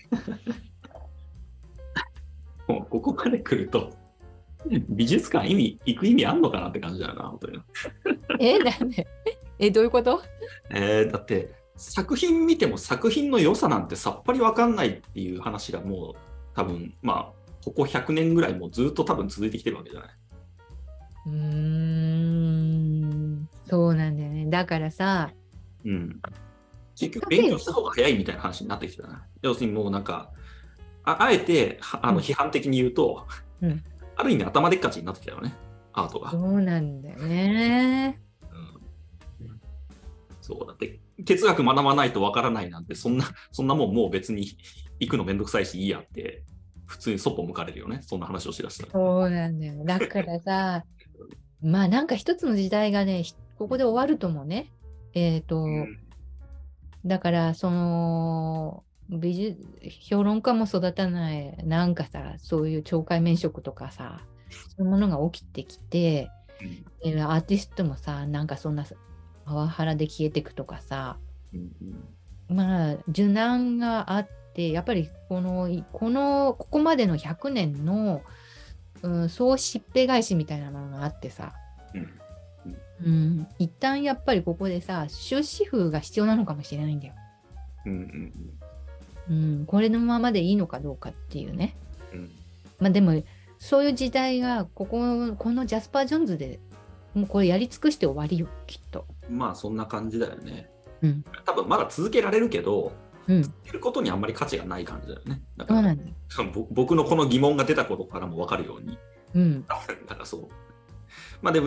もうここまで来ると、美術館意味行く意味あんのかなって感じだよな、本当に。 え、なんでえ、どういうこと？ えー、だって作品見ても作品の良さなんてさっぱり分かんないっていう話がもう多分まあここひゃくねんぐらいもうずっと多分続いてきてるわけじゃない。 うーん、そうなんだよね。だからさ、 うん、結局勉強した方が早いみたいな話になってきてたな。要するにもうなんか あ, あえてあの批判的に言うと、うん、ある意味頭でっかちになってきたよね、アートが。 そうなんだよね。 うん、そうだって哲学学ばないとわからないなんてそんなそんなもんもう別に行くのめんどくさいしいいやって普通にそっぽ向かれるよね、そんな話をしだしたら。 そうなんだよ。だからさまあなんか一つの時代がねここで終わると思うね。えっ、ー、と、うん、だからその美術評論家も育たないなんかさそういう懲戒免職とかさそういうものが起きてきて、うん、アーティストもさなんかそんなパワハラで消えていくとかさ、うんうん、まあ受難があってやっぱりこのこのここまでのひゃくねんの、うん、総しっぺ返しみたいなのがあってさ、うんうん、一旦やっぱりここでさ終止符が必要なのかもしれないんだよ。うんうんうん、これのままでいいのかどうかっていうね、うん、まあでもそういう時代がこここのジャスパー・ジョーンズでもうこれやり尽くして終わりよきっと。 まあそんな感じだよね、うん、多分まだ続けられるけど、うん、続けることにあんまり価値がない感じだよね。だからそうなんだよ。僕のこの疑問が出たことからも分かるように、うん、だからそうまあでも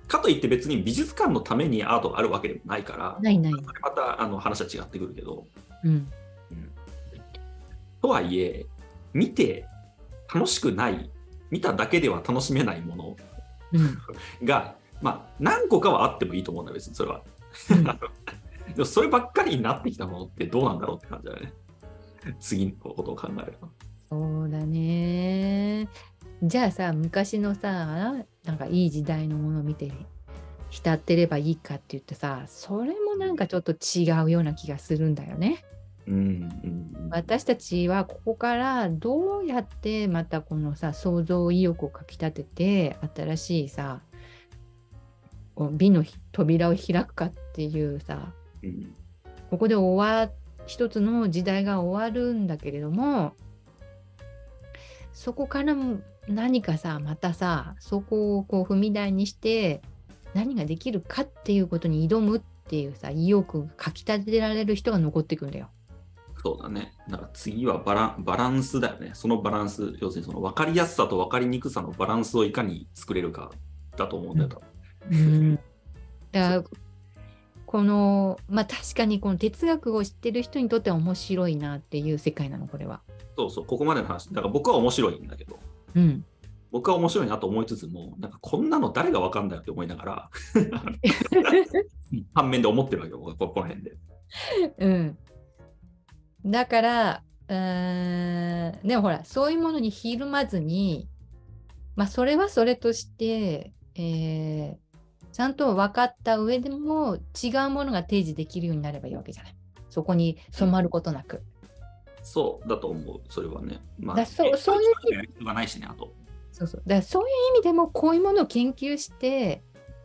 かといって別に美術館のためにアートがあるわけでもないから、 ないない。 またあの話は違ってくるけど、 うんうん、とはいえ、見て楽しくない、見ただけでは楽しめないものが、うん、まあ、何個かはあってもいいと思うんだよ、別にそれは。うん、でもそればっかりになってきたものってどうなんだろうって感じだよね。次のことを考えると。 そうだね。じゃあさ、昔のさ、なんかいい時代のものを見て浸ってればいいかって言ってさ、それもなんかちょっと違うような気がするんだよね。 うんうん、 私たちはここからどうやってまたこのさ、想像意欲をかきたてて、新しいさ、美の扉を開くかっていうさ、うん、ここで終わ一つの時代が終わるんだけれども、そこから何かさ、またさ、そこをこう踏み台にして何ができるかっていうことに挑むっていうさ、意欲がかきたてられる人が残ってくんだよ。 そうだね。だから次はバラン、バランスだよね。そのバランス、要するにその分かりやすさと分かりにくさのバランスをいかに作れるかだと思うんだよ。 うん、だからこのまあ確かにこの哲学を知ってる人にとっては面白いなっていう世界なの、これは。 そうそう、ここまでの話。だから僕は面白いんだけど、うん、僕は面白いなと思いつつも、なんかこんなの誰が分かんだよって思いながら、反面で思ってるわけよ、僕はここら辺で。 うん。だから、うーん、でもほら、そういうものにひるまずに、まあ、それはそれとして、えー、ちゃんと分かった上でも違うものが提示できるようになればいいわけじゃない。そこに染まることなく。そうだと思う、それはね。まあ、だそうそういう意味がないしね、あと。そうそう。だからそういう意味でも、こういうものを研究して、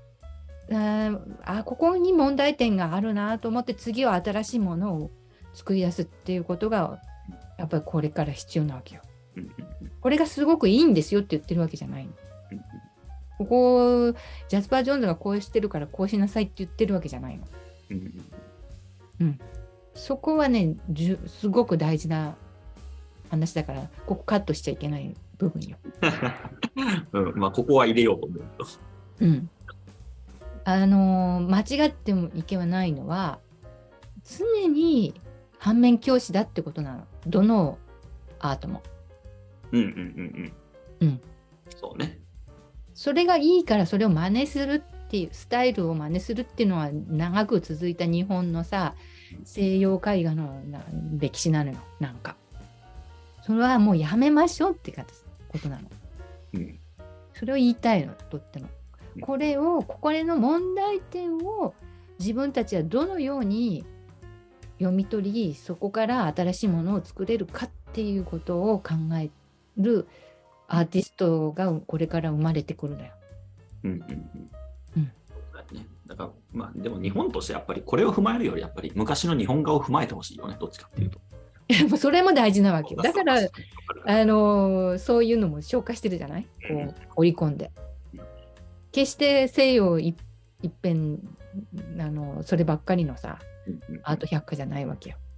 あ、ここに問題点があるなと思って、次は新しいものを作り出すっていうことがやっぱりこれから必要なわけよ。これがすごくいいんですよって言ってるわけじゃないの。ここジャスパー・ジョーンズがこうしてるからこうしなさいって言ってるわけじゃないの。うん、そこはねじゅすごく大事な話だから、ここカットしちゃいけない部分よ。うん、まあここは入れようと思うと。うん。あのー、間違ってもいけはないのは、常に反面教師だってことなの。どのアートも。うんうんうんうん。うん。そうね。それがいいからそれを真似するっていう、スタイルを真似するっていうのは長く続いた日本のさ、西洋絵画の歴史なのよ、なんか。それはもうやめましょうってことなの。うん。それを言いたいの、とっても。これを、これの問題点を自分たちはどのように読み取り、そこから新しいものを作れるかっていうことを考えるアーティストがこれから生まれてくるんだよ。うんうんうん。うん。そうだね。だからまあでも日本としてやっぱりこれを踏まえるよりやっぱり昔の日本画を踏まえてほしいよね、どっちかっていうと。もうそれも大事なわけ。だからあのそういうのも消化してるじゃない？こう織り込んで。決して西洋一遍あのそればっかりのさ、アート百科じゃないわけよ。